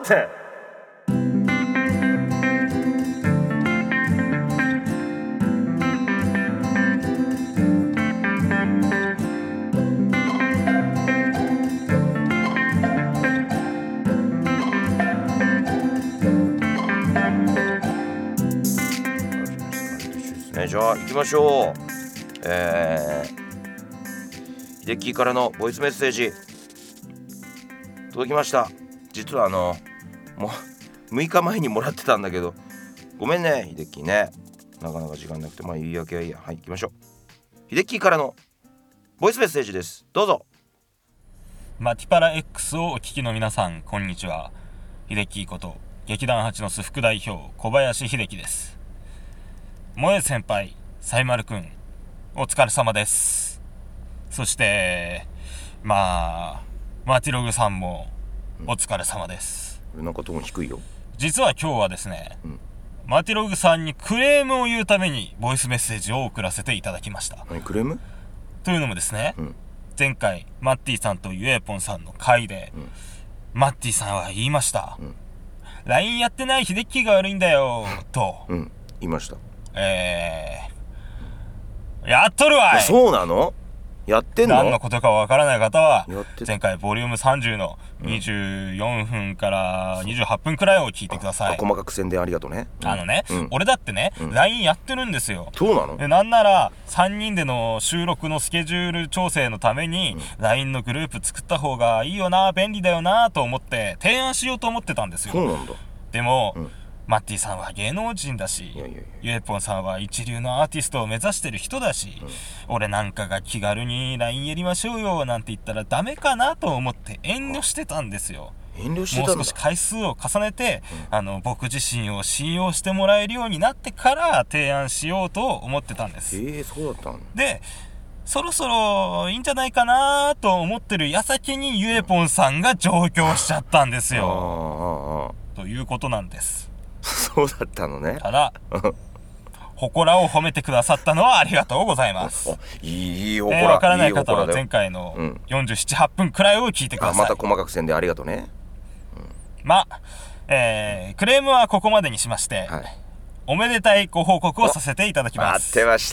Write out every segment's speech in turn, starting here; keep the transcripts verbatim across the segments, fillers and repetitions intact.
せん。じゃあ行きましょう。えー、秀樹からのボイスメッセージ届きました。実はあのもうむいかまえにもらってたんだけど、ごめんね秀樹ね、なかなか時間なくて、まあ言い訳はいいや。はい、行きましょう。秀樹からのボイスメッセージです。どうぞ。 マティパラ X をお聞きの皆さん、こんにちは。秀樹こと劇団ハチノス副代表小林秀樹です。萌え先輩、サイマルくん、お疲れ様です。そしてまあマティログさんもお疲れ様です。 うん、なんかトーン低いよ。 実は今日はですね、うん、マティログさんにクレームを言うためにボイスメッセージを送らせていただきました。 何クレームというのもですね、うん、前回マッティさんとゆえぽんさんの回で、うん、マッティさんは言いました、うん、ライン やってない秀樹が悪いんだよと、 うん、言いました。 えー、やっとるわい。 そうなの？やってんの？ 何のことかわからない方は前回ボリュームさんじゅうのにじゅうよんぷんからにじゅうはっぷんくらいを聞いてください。 細かく宣伝ありがとうね。 あのね、うん、俺だってね、うん、ライン やってるんですよ。 そうなの？ でなんならさんにんでの収録のスケジュール調整のために、うん、ライン のグループ作った方がいいよな、便利だよなと思って提案しようと思ってたんですよ。 そうなんだ。 でも、うん、マッティさんは芸能人だし、ゆえぽんさんは一流のアーティストを目指してる人だし、うん、俺なんかが気軽に ライン やりましょうよなんて言ったらダメかなと思って遠慮してたんですよ。 遠慮してたんだ。 もう少し回数を重ねて、うん、あの僕自身を信用してもらえるようになってから提案しようと思ってたんです。 えー、そうだったんで、そろそろいいんじゃないかなと思ってる矢先にゆえぽんさんが上京しちゃったんですよ。ということなんです。 そうだったのね。 ただ祠を褒めてくださったのはありがとうございます。 いい祠、 えー、わからない方は前回のよんじゅうなな、はっぷんくらいを聞いてください。 あ、また細かく宣伝ありがとうね。 うん、まあ、えー、クレームはここまでにしまして、はい、おめでたいご報告をさせていただきます。 待ってました。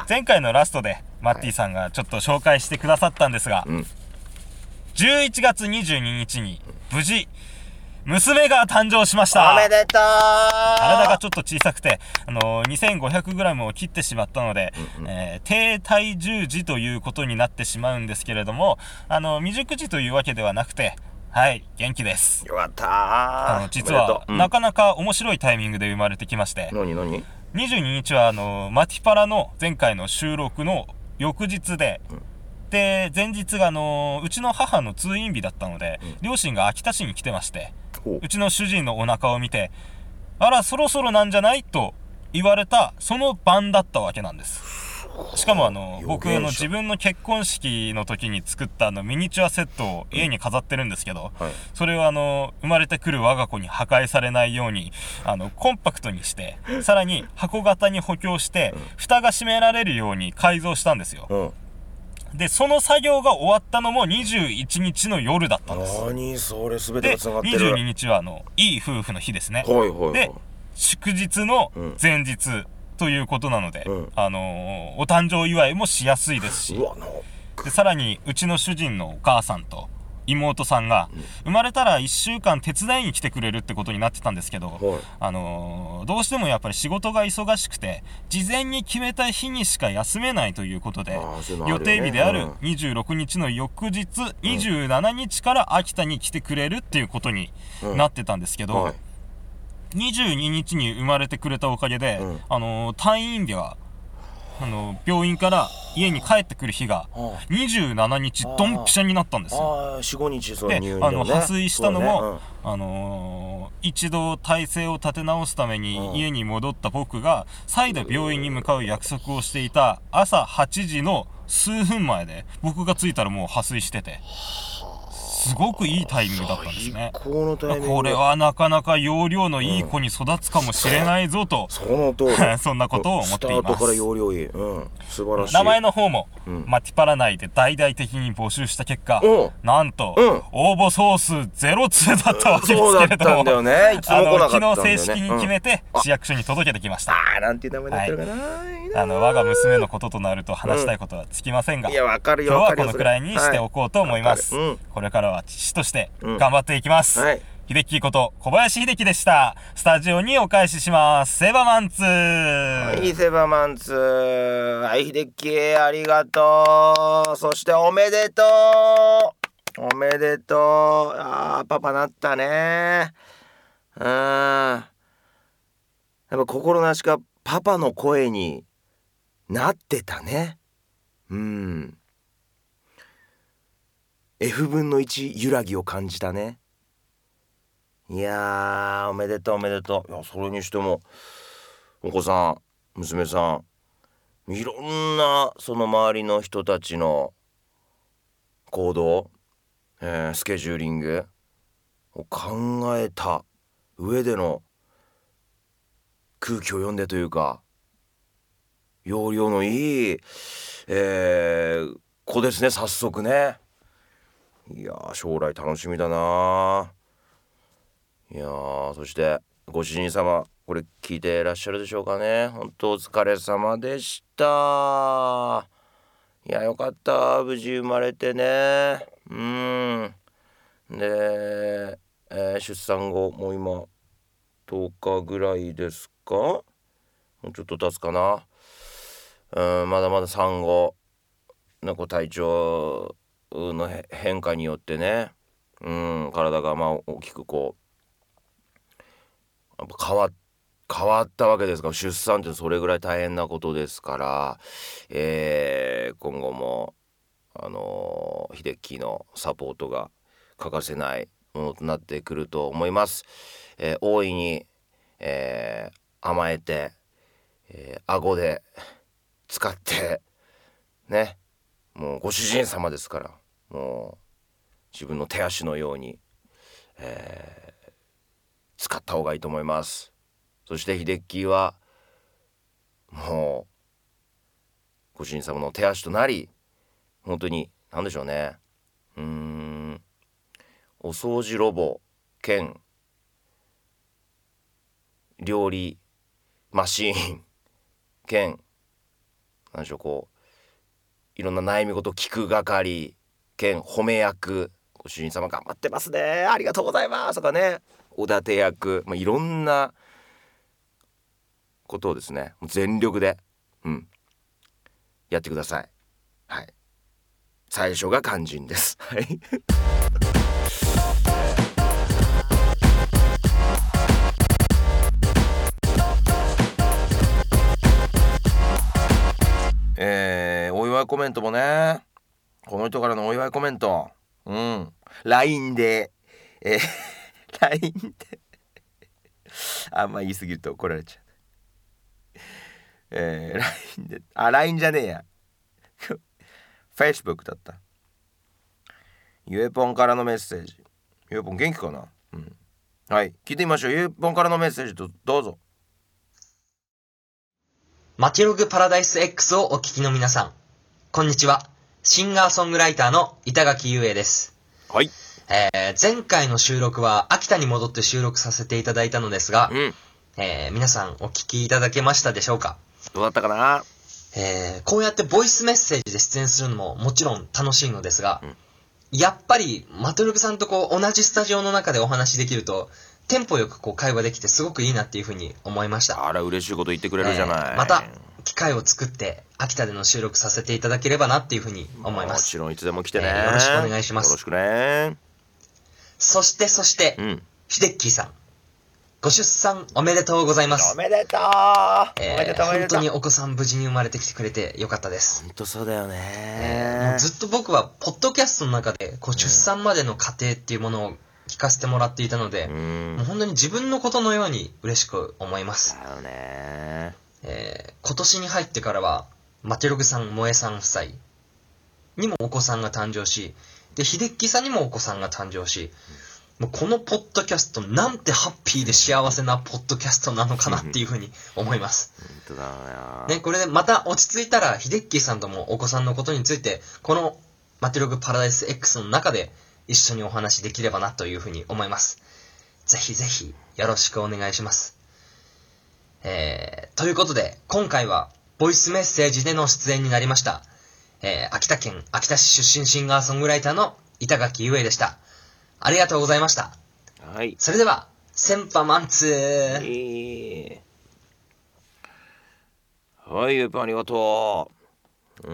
前回のラストでマッティさんがちょっと紹介してくださったんですが、はい、じゅういちがつにじゅうににちに無事娘が誕生しました。 おめでとう。 体がちょっと小さくて、あのー、にせんごひゃくグラム を切ってしまったので、うんうん、えー、低体重児ということになってしまうんですけれども、あのー、未熟児というわけではなくて、はい、元気です。 よかったー。 あの実は、うん、なかなか面白いタイミングで生まれてきまして、 何何にじゅうににちはあのー、マティパラの前回の収録の翌日で、うん、で前日があのー、うちの母の通院日だったので、うん、両親が秋田市に来てまして、うちの主人のお腹を見て、あらそろそろなんじゃないと言われたその晩だったわけなんです。しかもあの僕の自分の結婚式の時に作ったあのミニチュアセットを家に飾ってるんですけど、うん、はい、それをあの生まれてくる我が子に破壊されないようにあのコンパクトにしてさらに箱型に補強して、うん、蓋が閉められるように改造したんですよ。うん、でその作業が終わったのもにじゅういちにちの夜だったんです。 何それ全てがつながってる。 でにじゅうににちはあのいい夫婦の日ですね。 はいはいはい、 で祝日の前日、うん、ということなので、うん、あのー、お誕生祝いもしやすいですし、でさらにうちの主人のお母さんと妹さんが、うん、生まれたらいっしゅうかん手伝いに来てくれるってことになってたんですけど、はい、あのー、どうしてもやっぱり仕事が忙しくて事前に決めた日にしか休めないということで、 ういうね、 予定日であるにじゅうろくにちの翌日、うん、にじゅうしちにちから秋田に来てくれるっていうことになってたんですけど、うん、はい、にじゅうににちに生まれてくれたおかげで、うん、あのー、退院日はあのー、病院から家に帰ってくる日がにじゅうしちにちドンピシャになったんですよ。 ああ、よん、ごにちその入院で、ね、あの破水したのも、ね、うん、あのー、一度体勢を立て直すために家に戻った僕が再度病院に向かう約束をしていた朝はちじの数分前で僕が着いたらもう破水してて、 すごくいいタイミングだったんですね。 最高のタイミング。 これはなかなか容量のいい子に育つかもしれないぞと、 うん、その通りそんなことを思っています。 スタートから容量いい、うん、素晴らしい。 名前の方も、 うん、 マティパラ内で大々的に募集した結果、 うん、 なんと、 うん、 応募総数ゼロ通だったわけですけれども、 そうだったんだよね。いつも来なかったんだよね。 あの昨日正式に決めて、うん、市役所に届けてきました。 ああ、なんていう名前だったのかな、はい、いいな。 あの我が娘のこととなると話したいことはつきませんが、 うん、いやわかるよ。 今日はこのくらいにしておこうと思います。 はい、うん、これからは父として頑張っていきます。 うん、はい。 秀樹こと小林秀樹でした。スタジオにお返しします。セバマンツー。 はい、セバマンツー。はい、秀樹ありがとう。そしておめでとう。おめでとう。あー、パパなったね。うん。やっぱ心なしかパパの声になってたね。うん。F 分のいち揺らぎを感じたね。いやー、おめでとうおめでとう。いや、それにしてもお子さん娘さんいろんなその周りの人たちの行動、えー、スケジューリングを考えた上での空気を読んでというか容量のいい、えー、子ですね。早速ね。いやー、将来楽しみだな。いやー、そしてご主人様これ聞いていらっしゃるでしょうかね。本当お疲れ様でした。いや、よかった、無事生まれてね。うんで、えー、出産後もう今とおかぐらいですか。もうちょっと経つかな。うんまだまだ産後のこう体調の変化によってね、うん体がまあ大きくこうやっぱ変わ変わったわけですから、出産ってそれぐらい大変なことですから、えー、今後もあのー、秀樹のサポートが欠かせないものとなってくると思います。えー、大いに、えー、甘えて、えー、顎で使ってね、もうご主人様ですから、もう自分の手足のように、えー、使った方がいいと思います。そして秀樹はもうご主人様の手足となり、本当に何でしょうね、うーんお掃除ロボ兼料理マシーン兼何でしょう、こういろんな悩み事聞く係兼褒め役、ご主人様頑張ってますね、ありがとうございますとかね、おだて役、まあ、いろんなことをですね全力で、うん、やってください。はい、最初が肝心です。はいえー、お祝いコメントもね、この人からのお祝いコメント、うん ライン で、えー、ライン であんま言い過ぎると怒られちゃう。えー、ライン で、あ ライン じゃねえやFacebook だった。ゆえぽんからのメッセージ。ゆえぽん元気かな、うん、はい、聞いてみましょう。ゆえぽんからのメッセージとどうぞ。 マティログパラダイス X をお聞きの皆さん、こんにちは。シンガーソングライターの板垣優英です。 はい。 えー、前回の収録は秋田に戻って収録させていただいたのですが、うんえー、皆さんお聞きいただけましたでしょうか。 どうだったかな。 えー、こうやってボイスメッセージで出演するのももちろん楽しいのですが、うん、やっぱりマトルグさんとこう同じスタジオの中でお話できるとテンポよくこう会話できてすごくいいなっていうふうに思いました。 あら嬉しいこと言ってくれるじゃない、 えー、また機会を作って秋田での収録させていただければなっていうふうに思います。 もちろんいつでも来てね、 えー、よろしくお願いします。 よろしくね。 そしてそして、うん、ヒデッキーさんご出産おめでとうございます。 おめでとう、 えー、おめでとう本当にお子さん無事に生まれてきてくれてよかったです。 本当そうだよね、 えー、もうずっと僕はポッドキャストの中でこう出産までの過程っていうものを聞かせてもらっていたので、うん、もう本当に自分のことのように嬉しく思います。 だよね、 えー、今年に入ってからはマテログさん、萌えさん夫妻にもお子さんが誕生し、 で、秀樹さんにもお子さんが誕生し、もうこのポッドキャストなんてハッピーで幸せなポッドキャストなのかなっていうふうに思います。 本当だな。 ね、これでまた落ち着いたら、秀樹さんともお子さんのことについて、このマテログパラダイス X の中で一緒にお話できればなというふうに思います。ぜひぜひよろしくお願いします。えー、ということで、今回はボイスメッセージでの出演になりました。えー、秋田県秋田市出身シンガーソングライターの板垣優恵でした。ありがとうございました。 はい。 それでは、先輩マンツー。 えー、はい、やっぱありがとう。うん。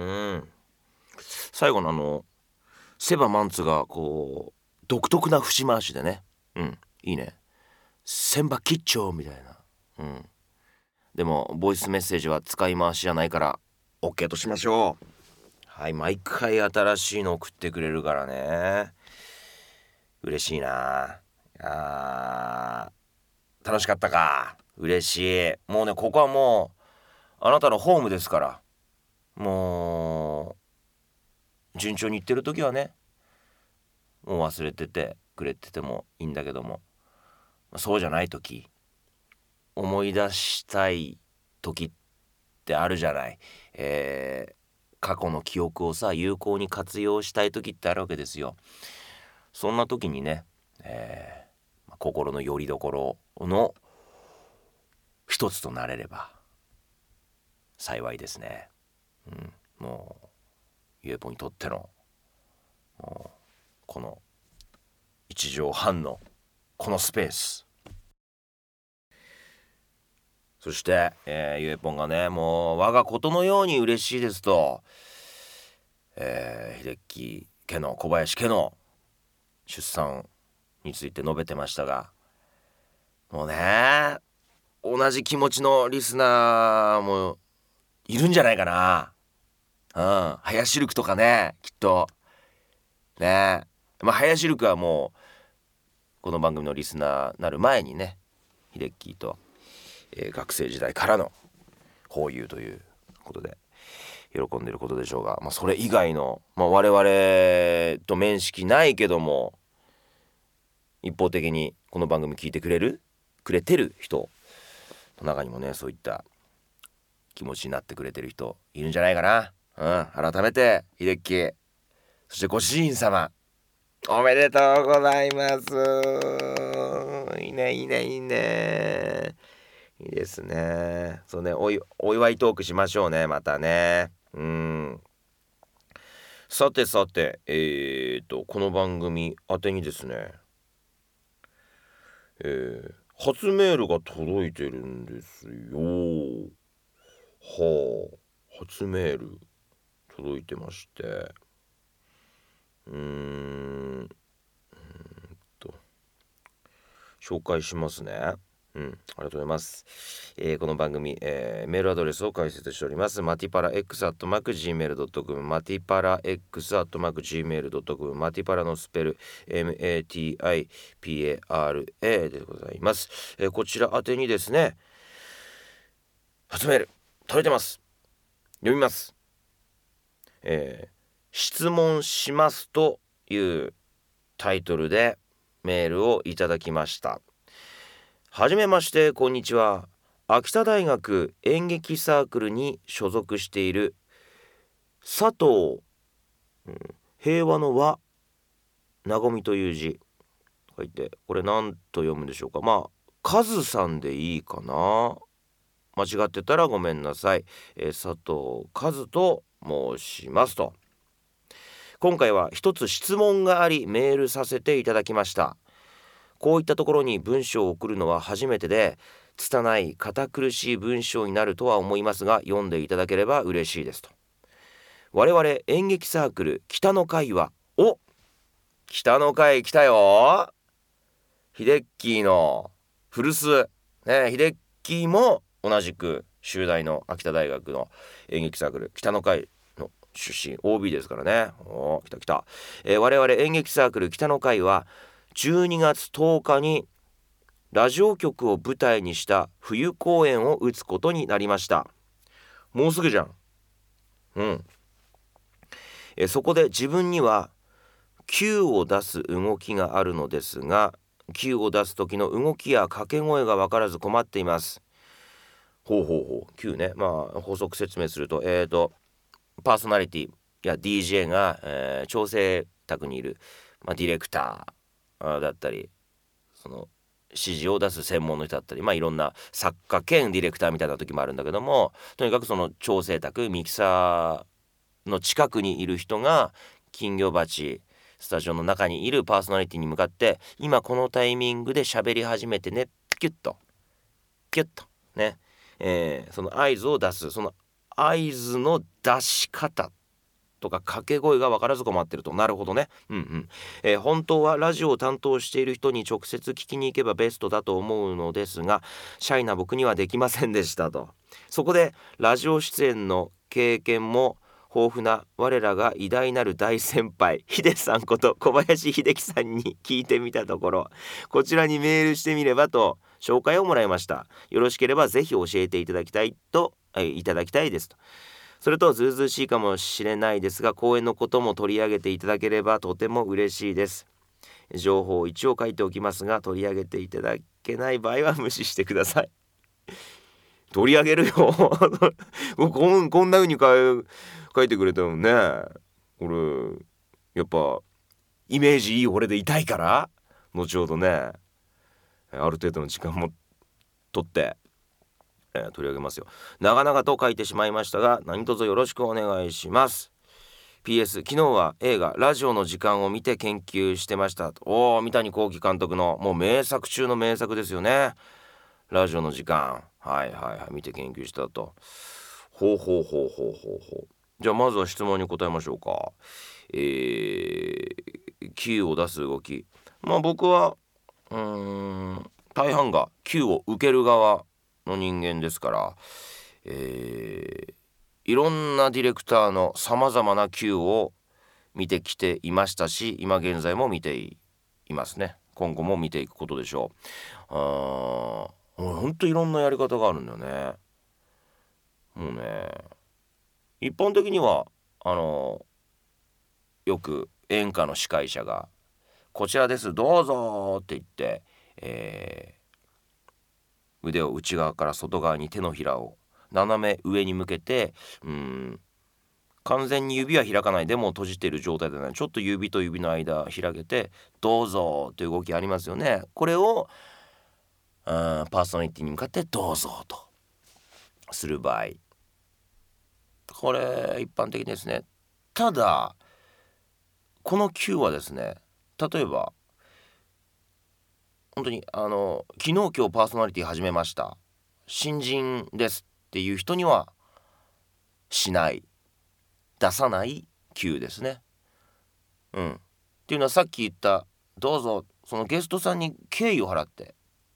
最後のあの、セバマンツがこう、独特な節回しでね。うん、いいね。千葉吉兆みたいな。うん。でも、ボイスメッセージは使い回しじゃないから、OK としましょう。はい、毎回新しいの送ってくれるからね。嬉しいな。あー、楽しかったか。嬉しい。もうね、ここはもうあなたのホームですから、もう順調にいってる時はね、もう忘れててくれててもいいんだけども、そうじゃない時、思い出したい時ってあるじゃない。えー、過去の記憶をさ、有効に活用したい時ってあるわけですよ。そんな時にね、えー、心の拠り所の一つとなれれば幸いですね。うん、もうゆえぽにとってのもうこの一畳半のこのスペース、そして、えー、ゆえぽんがね、もう我がことのように嬉しいですと、えー、秀樹家の小林家の出産について述べてましたが、もうね、同じ気持ちのリスナーもいるんじゃないかな。うん、ハヤシルクとかね、きっとね。まあハヤシルクはもうこの番組のリスナーなる前にね、秀樹と、えー、学生時代からの交友ということで喜んでることでしょうが、まあ、それ以外の、まあ、我々と面識ないけども一方的にこの番組聞いてくれるくれてる人の中にもね、そういった気持ちになってくれてる人いるんじゃないかな。うん、改めて秀樹、そしてご主人様おめでとうございます。いいねいいねいいね、いいですね。そうね、おいお祝いトークしましょうね、またね。うん。さてさて、えーとこの番組宛てにですね、えー、初メールが届いてるんですよ。はあ、初メール届いてまして、うーん、うーんと紹介しますね。うん、ありがとうございます。えー、この番組、えー、メールアドレスを解説しております。マティパラ X アットマーク ジーメールドットコム、マティパラ X アットマーク ジーメールドットコム、マティパラのスペル エムエーティーアイピーエーアールエー でございます。えー、こちら宛てにですね、初メール届いてます。読みます。えー、質問しますというタイトルでメールをいただきました。はじめまして、こんにちは。秋田大学演劇サークルに所属している佐藤、うん、平和の和なごみという字書いて、これ何と読むんでしょうか。まあカズさんでいいかな。間違ってたらごめんなさい。えー、佐藤カズと申しますと。今回は一つ質問がありメールさせていただきました。こういったところに文章を送るのは初めてで、拙い堅苦しい文章になるとは思いますが、読んでいただければ嬉しいですと。我々演劇サークル北の会は、お、北の会来たよ。秀樹の古巣ね、秀樹も同じく修大の秋田大学の演劇サークル北の会の出身 オービー ですからね。お、来た来た、えー、我々演劇サークル北の会はじゅうにがつとおかにラジオ局を舞台にした冬公演を打つことになりました。もうすぐじゃん。うん。えそこで自分には Q を出す動きがあるのですが、 Q を出す時の動きや掛け声が分からず困っています。ほうほうほう Q ね。まあ法則説明すると、えーとパーソナリティや ディージェー が、えー調整卓にいる、まあ、ディレクターだったり、その指示を出す専門の人だったり、まあいろんな作家兼ディレクターみたいな時もあるんだけども、とにかくその調整卓ミキサーの近くにいる人が金魚鉢スタジオの中にいるパーソナリティに向かって、今このタイミングで喋り始めてね、キュッとキュッとね、えー、その合図を出す、その合図の出し方とか掛け声が分からず困ってると。なるほどね。うんうん、えー、本当はラジオを担当している人に直接聞きに行けばベストだと思うのですが、シャイな僕にはできませんでしたと。そこでラジオ出演の経験も豊富な我らが偉大なる大先輩ヒデさんこと小林秀樹さんに聞いてみたところ、こちらにメールしてみればと紹介をもらいました。よろしければぜひ教えていただきたいと、えいただきたいですと。それとずうずうしいかもしれないですが、講演のことも取り上げていただければとても嬉しいです。情報を一応書いておきますが、取り上げていただけない場合は無視してください。取り上げるよこん、こんな風に書い、書いてくれたもんね。俺やっぱイメージいい俺でいたいから、後ほどねある程度の時間も取ってえー、取り上げますよ。長々と書いてしまいましたが、何卒よろしくお願いします。 ピーエス 昨日は映画ラジオの時間を見て研究してました。おー、三谷幸喜監督のもう名作中の名作ですよね、ラジオの時間。はいはいはい、見て研究したと。ほうほうほうほうほうほう。じゃあまずは質問に答えましょうか。えー、Q を出す動き、まあ僕はうーん大半が Q を受ける側の人間ですから、えー、いろんなディレクターのさまざまな Q を見てきていましたし、今現在も見ていますね。今後も見ていくことでしょう。あー、ほんといろんなやり方があるんだよね。もうね、一般的にはあのよく演歌の司会者がこちらですどうぞって言って、えー腕を内側から外側に手のひらを斜め上に向けて、うーん完全に指は開かないでも閉じている状態でない、ちょっと指と指の間開けてどうぞという動きありますよね。これをパーソナリティに向かってどうぞとする場合、これ一般的ですね。ただこの Q はですね、例えば本当にあの昨日今日パーソナリティ始めました新人ですっていう人にはしない、出さない Q ですね。うんっていうのはさっき言ったどうぞ、そのゲストさんに敬意を払って、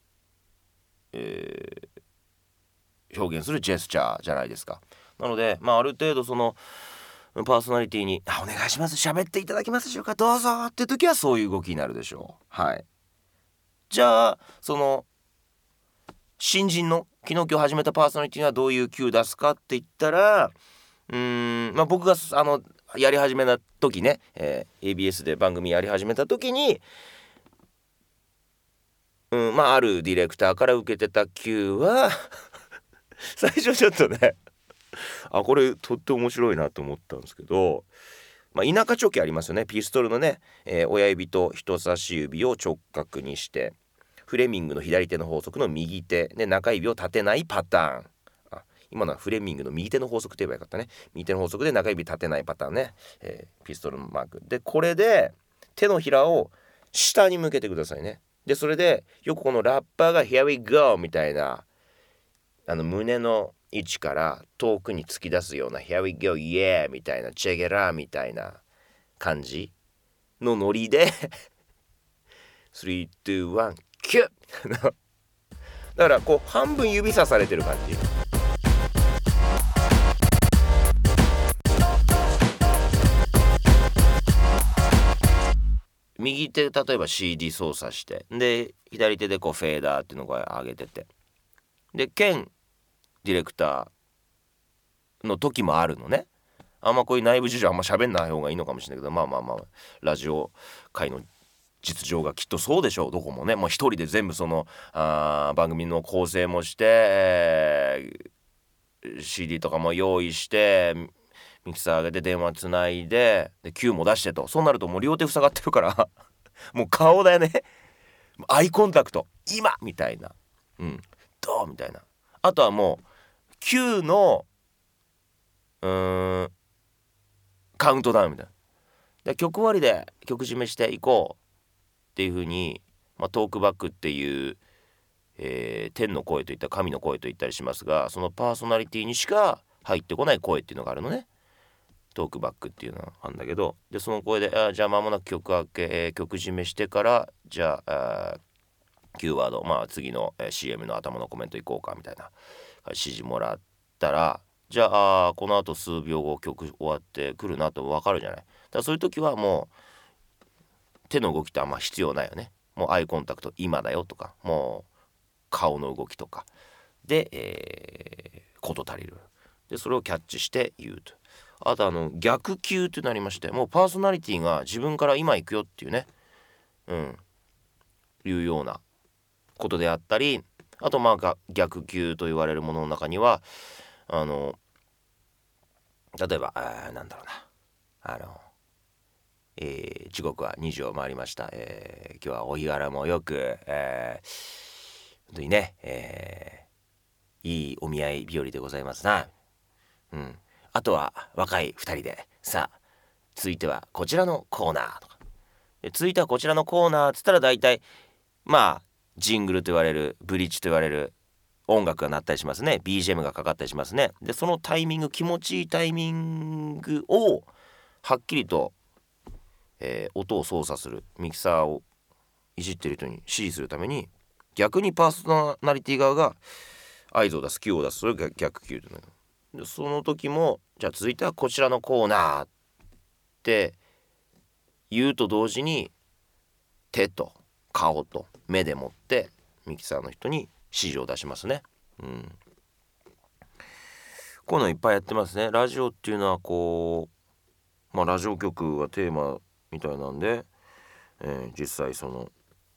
えー、表現するジェスチャーじゃないですか。なのでまあある程度そのパーソナリティにあお願いします喋っていただけますでしょうかどうぞっていう時はそういう動きになるでしょう。はい。じゃあその新人の昨日今日始めたパーソナリティにはどういう Q 出すかって言ったら、うーんまあ僕があのやり始めた時ね、えー、エービーエス で番組やり始めた時に、うんまああるディレクターから受けてた Q は最初ちょっとねあこれとって面白いなと思ったんですけど、まあ、田舎チョキありますよね。ピストルのね、えー、親指と人差し指を直角にしてフレミングの左手の法則の右手で中指を立てないパターン。あ今のはフレミングの右手の法則って言えばよかったね。右手の法則で中指立てないパターンね、えー、ピストルのマークで、これで手のひらを下に向けてくださいね。でそれでよくこのラッパーが Here we go みたいなあの胸の位置から遠くに突き出すような Here we go yeah みたいなチェゲラーみたいな感じのノリでスリー、ツー、ワンキュッだからこう半分指さされてる感じ。右手例えば シーディー 操作してで左手でこうフェーダーっていうのを上げててで兼ディレクターの時もあるのね。 あんまこういう内部事情あんま喋んない方がいいのかもしれないけど、まあまあまあラジオ界の実情がきっとそうでしょう。どこもね、もう一人で全部そのあ番組の構成もして、えー、シーディー とかも用意してミキサー上げて電話つないでで Q も出してと、そうなるともう両手塞がってるからもう顔だよねアイコンタクト今みたいな、うんどうみたいな。あとはもう Q のうーんカウントダウンみたいな。で曲終わりで曲締めしていこうっていう風に、まあ、トークバックっていう、えー、天の声といった神の声と言ったりしますが、そのパーソナリティにしか入ってこない声っていうのがあるのね。トークバックっていうのがあるんだけど、でその声であじゃあ間もなく曲明け、えー、曲締めしてからじゃあキーワード、まあ次の、えー、シーエム の頭のコメントいこうかみたいな指示もらったら、じゃああこのあと数秒後曲終わってくるなと分かるじゃない。だからそういう時はもう手の動きってあんま必要ないよね。もうアイコンタクト今だよとか、もう顔の動きとかで、えー、こと足りる。でそれをキャッチして言うと。あとあの逆球ってなりまして、もうパーソナリティが自分から今行くよっていうね、うんいうようなことであったり、あとまあ逆球と言われるものの中にはあの例えばあなんだろうなあの、えー、時刻はにじを回りました、えー、今日はお日柄もよく、えー、本当にね、えー、いいお見合い日和でございますな。うんあとは若いふたりでさあ続いてはこちらのコーナーとかで、続いてはこちらのコーナーっつったら大体まあジングルと言われるブリッジと言われる音楽が鳴ったりしますね。 ビージーエム がかかったりしますね。でそのタイミング気持ちいいタイミングをはっきりと、えー、音を操作するミキサーをいじってる人に指示するために逆にパーソナリティ側が合図を出す Q を出す、それが逆 Q というの。でその時もじゃあ続いてはこちらのコーナーって言うと同時に手と顔と目でもってミキサーの人に指示を出しますね。うん、こういうのいっぱいやってますね。ラジオっていうのはこう、まあ、ラジオ局がテーマみたいなんで、えー、実際その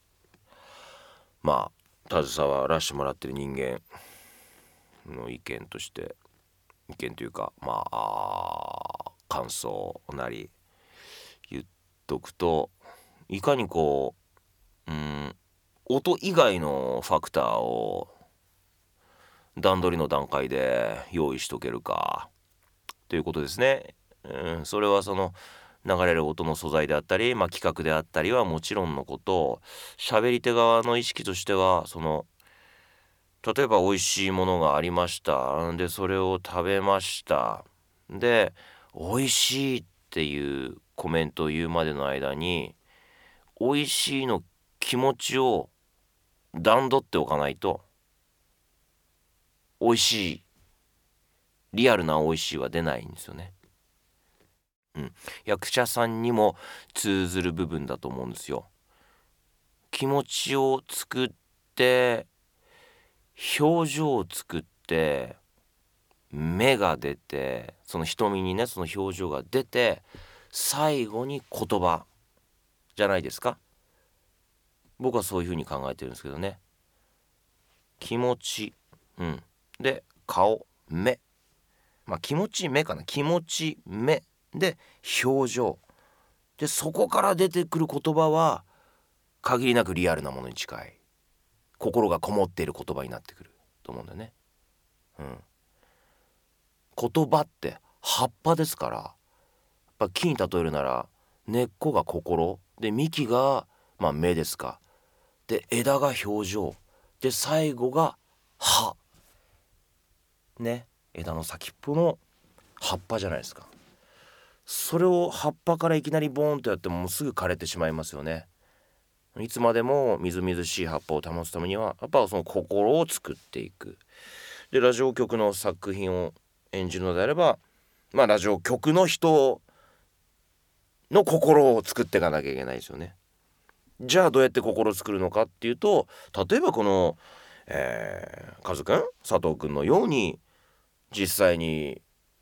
まあ携わらしてもらってる人間の意見として意見というかまあ感想なり言っとくと、いかにこう、うん、音以外のファクターを段取りの段階で用意しとけるかということですね。うん、それはその流れる音の素材であったり、まあ、企画であったりはもちろんのこと、喋り手側の意識としてはその例えば美味しいものがありました。でそれを食べました。で美味しいっていうコメントを言うまでの間に美味しいの気持ちを段取っておかないと美味しいリアルな美味しいは出ないんですよね。うん、役者さんにも通ずる部分だと思うんですよ。気持ちを作って表情を作って目が出てその瞳にねその表情が出て最後に言葉じゃないですか。僕はそういうふうに考えてるんですけどね。気持ち、うん、で顔目、まあ気持ち目かな、気持ち目で表情でそこから出てくる言葉は限りなくリアルなものに近い心がこもっている言葉になってくると思うんだよね。うん、言葉って葉っぱですから、やっぱ木に例えるなら根っこが心で幹がまあ目ですか。で枝が表情で最後が葉ね、枝の先っぽの葉っぱじゃないですか。それを葉っぱからいきなりボーンとやってももうすぐ枯れてしまいますよね。いつまでもみずみずしい葉っぱを保つためにはやっぱその心を作っていく。でラジオ局の作品を演じるのであれば、まあラジオ局の人の心を作っていかなきゃいけないですよね。じゃあどうやって心を作るのかっていうと、例えばこの、えー、カズくん佐藤くんのように実際に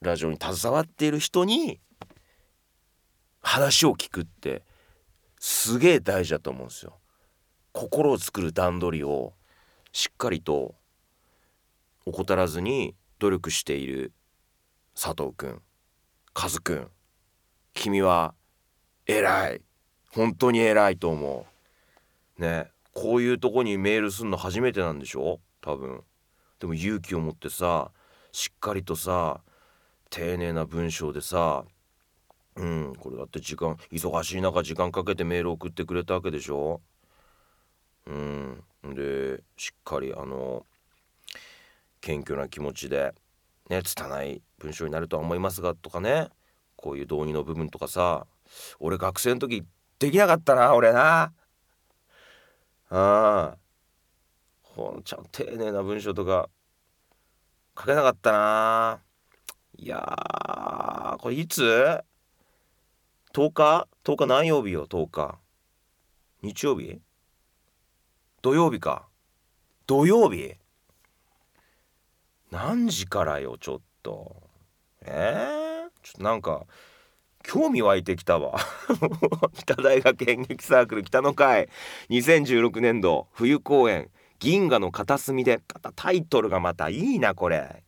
ラジオに携わっている人に話を聞くってすげえ大事だと思うんですよ。心を作る段取りをしっかりと怠らずに努力している佐藤くん、カズくん、君は偉い、本当に偉いと思うね。こういうとこにメールすんの初めてなんでしょ多分。でも勇気を持ってさ、しっかりとさ、丁寧な文章でさ、うんこれだって時間忙しい中時間かけてメール送ってくれたわけでしょ。うんでしっかりあの謙虚な気持ちでね、拙い文章になるとは思いますがとかね、こういう導入の部分とかさ、俺学生の時できなかったな俺な。ああほんちゃん丁寧な文章とか書けなかったな。いやーこれいつとおかとおか何曜日よ。とおか日曜日土曜日か土曜日何時からよ。ちょっとえー、ちょっとなんか興味湧いてきたわ北大学演劇サークル北の会にせんじゅうろくねんど冬公演銀河の片隅で、タイトルがまたいいなこれ。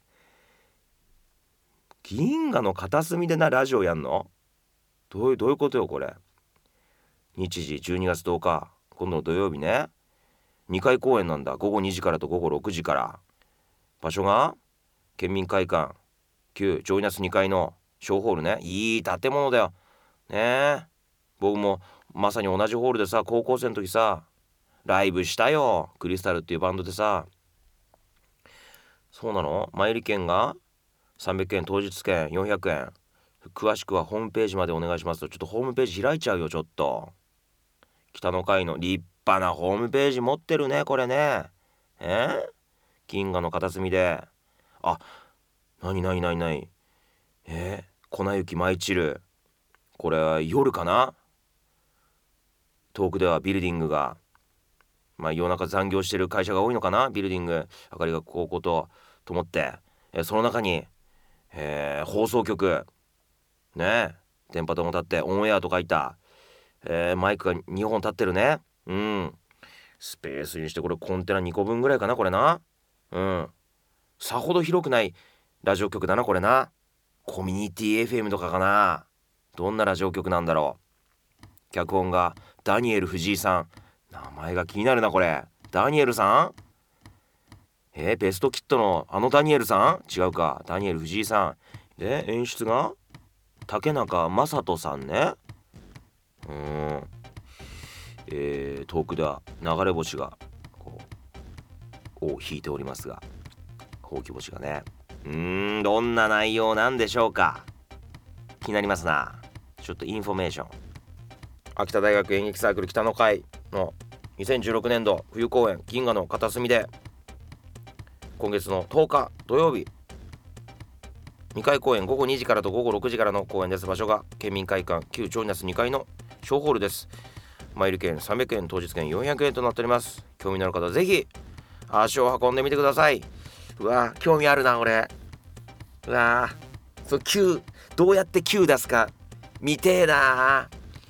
銀河の片隅でなラジオやんのどういうどういうことよこれ。日時じゅうにがつとおか今度の土曜日ね。にかい公演なんだ。ごごにじからとごごろくじから。場所が県民会館旧ジョイナスにかいの小ホールね。いい建物だよねえ。僕もまさに同じホールでさ高校生の時さライブしたよ。クリスタルっていうバンドでさ。そうなの。前売り券がさんびゃくえん、当日券よんひゃくえん。詳しくはホームページまでお願いしますと。ちょっとホームページ開いちゃうよちょっと。北の会の立派なホームページ持ってるねこれね。えー、銀河の片隅で。あ、なになになになにえー、粉雪舞い散る。これは夜かな。遠くではビルディングが、まあ夜中残業してる会社が多いのかな。ビルディング明かりがこうこうと灯って、えー、その中に、えー、放送局ね、電波塔も立ってオンエアと書いた、えー、マイクがにほん立ってるね。うんスペースにしてこれコンテナにこぶんぐらいかなこれな。うんさほど広くないラジオ局だなこれな。コミュニティ エフエム とかかな。どんなラジオ局なんだろう。脚本がダニエル藤井さん。名前が気になるなこれ。ダニエルさんえー、ベストキットのあのダニエルさん違うか。ダニエル藤井さんで、演出が竹中正人さんね。うーんえー、遠くでは流れ星がこうを引いておりますが、ほうき星がね。うーんどんな内容なんでしょうか。気になりますな。ちょっとインフォメーション。秋田大学演劇サークル北の会のにせんじゅうろくねんど冬公演銀河の片隅で、今月のとおか土曜日にかい公演ごごにじからとごごろくじからの公演です。場所が県民会館旧ジョイナスにかいの小ホールです。前売り券さんびゃくえん、当日券よんひゃくえんとなっております。興味のある方はぜひ足を運んでみてください。うわ興味あるな俺。うわそうきゅうどうやってきゅう出すか見てえな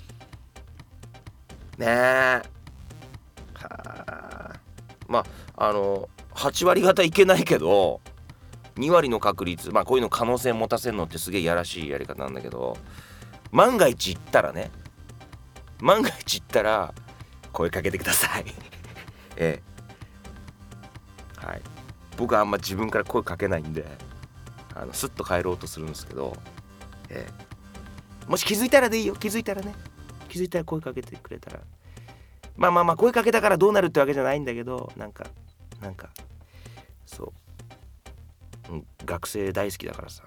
ねえ。はあまああのはちわり方いけないけどにわりの確率、まあこういうの可能性持たせるのってすげえやらしいやり方なんだけど、万が一言ったらね万が一言ったら声かけてくださいええはい僕はあんま自分から声かけないんで、あのスッと帰ろうとするんですけど、ええ、もし気づいたらでいいよ。気づいたらね気づいたら声かけてくれたら、まあまあまあ声かけたからどうなるってわけじゃないんだけど、なんかなんかそう、うん、学生大好きだからさ、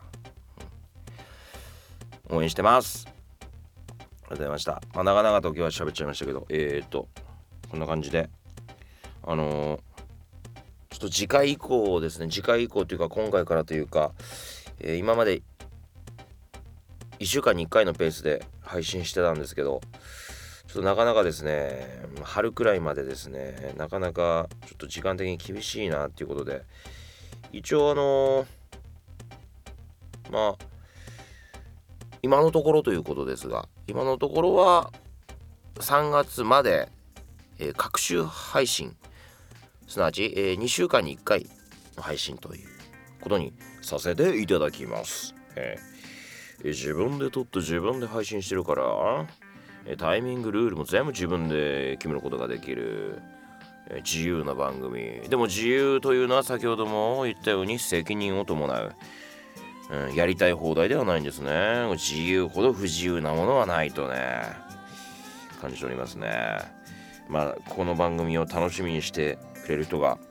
うん、応援してます。ありがとうございました。まあ、長々と今日は喋っちゃいましたけど、えーとこんな感じであのー、ちょっと次回以降ですね次回以降というか今回からというか、えー、今までいっしゅうかんにいっかいのペースで配信してたんですけど、ちょっとなかなかですね春くらいまでですねなかなかちょっと時間的に厳しいなっていうことで、一応あのー、 まあ今のところということですが、今のところはさんがつまで、えー、各週配信、すなわち、えー、にしゅうかんにいっかいの配信ということにさせていただきます。えー、自分で撮って自分で配信してるから、えー、タイミングルールも全部自分で決めることができる、えー、自由な番組。でも自由というのは先ほども言ったように責任を伴う、うん、やりたい放題ではないんですね。自由ほど不自由なものはないとね感じておりますね。まあこの番組を楽しみにしてくれる人が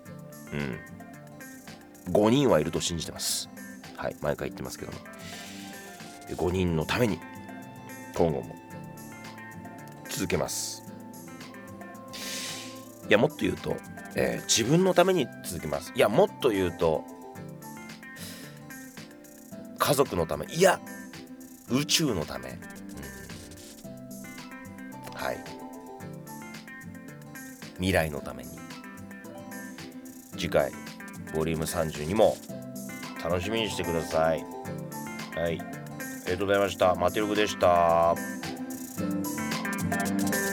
うんごにんはいると信じてます。はい、毎回言ってますけども、ごにんのために今後も続けます。いやもっと言うと、えー、自分のために続けます。いやもっと言うと家族のため、いや宇宙のため、うん、はい未来のために。次回ボリュームさんじゅうにも楽しみにしてください。はい、ありがとうございました。マテルグでした。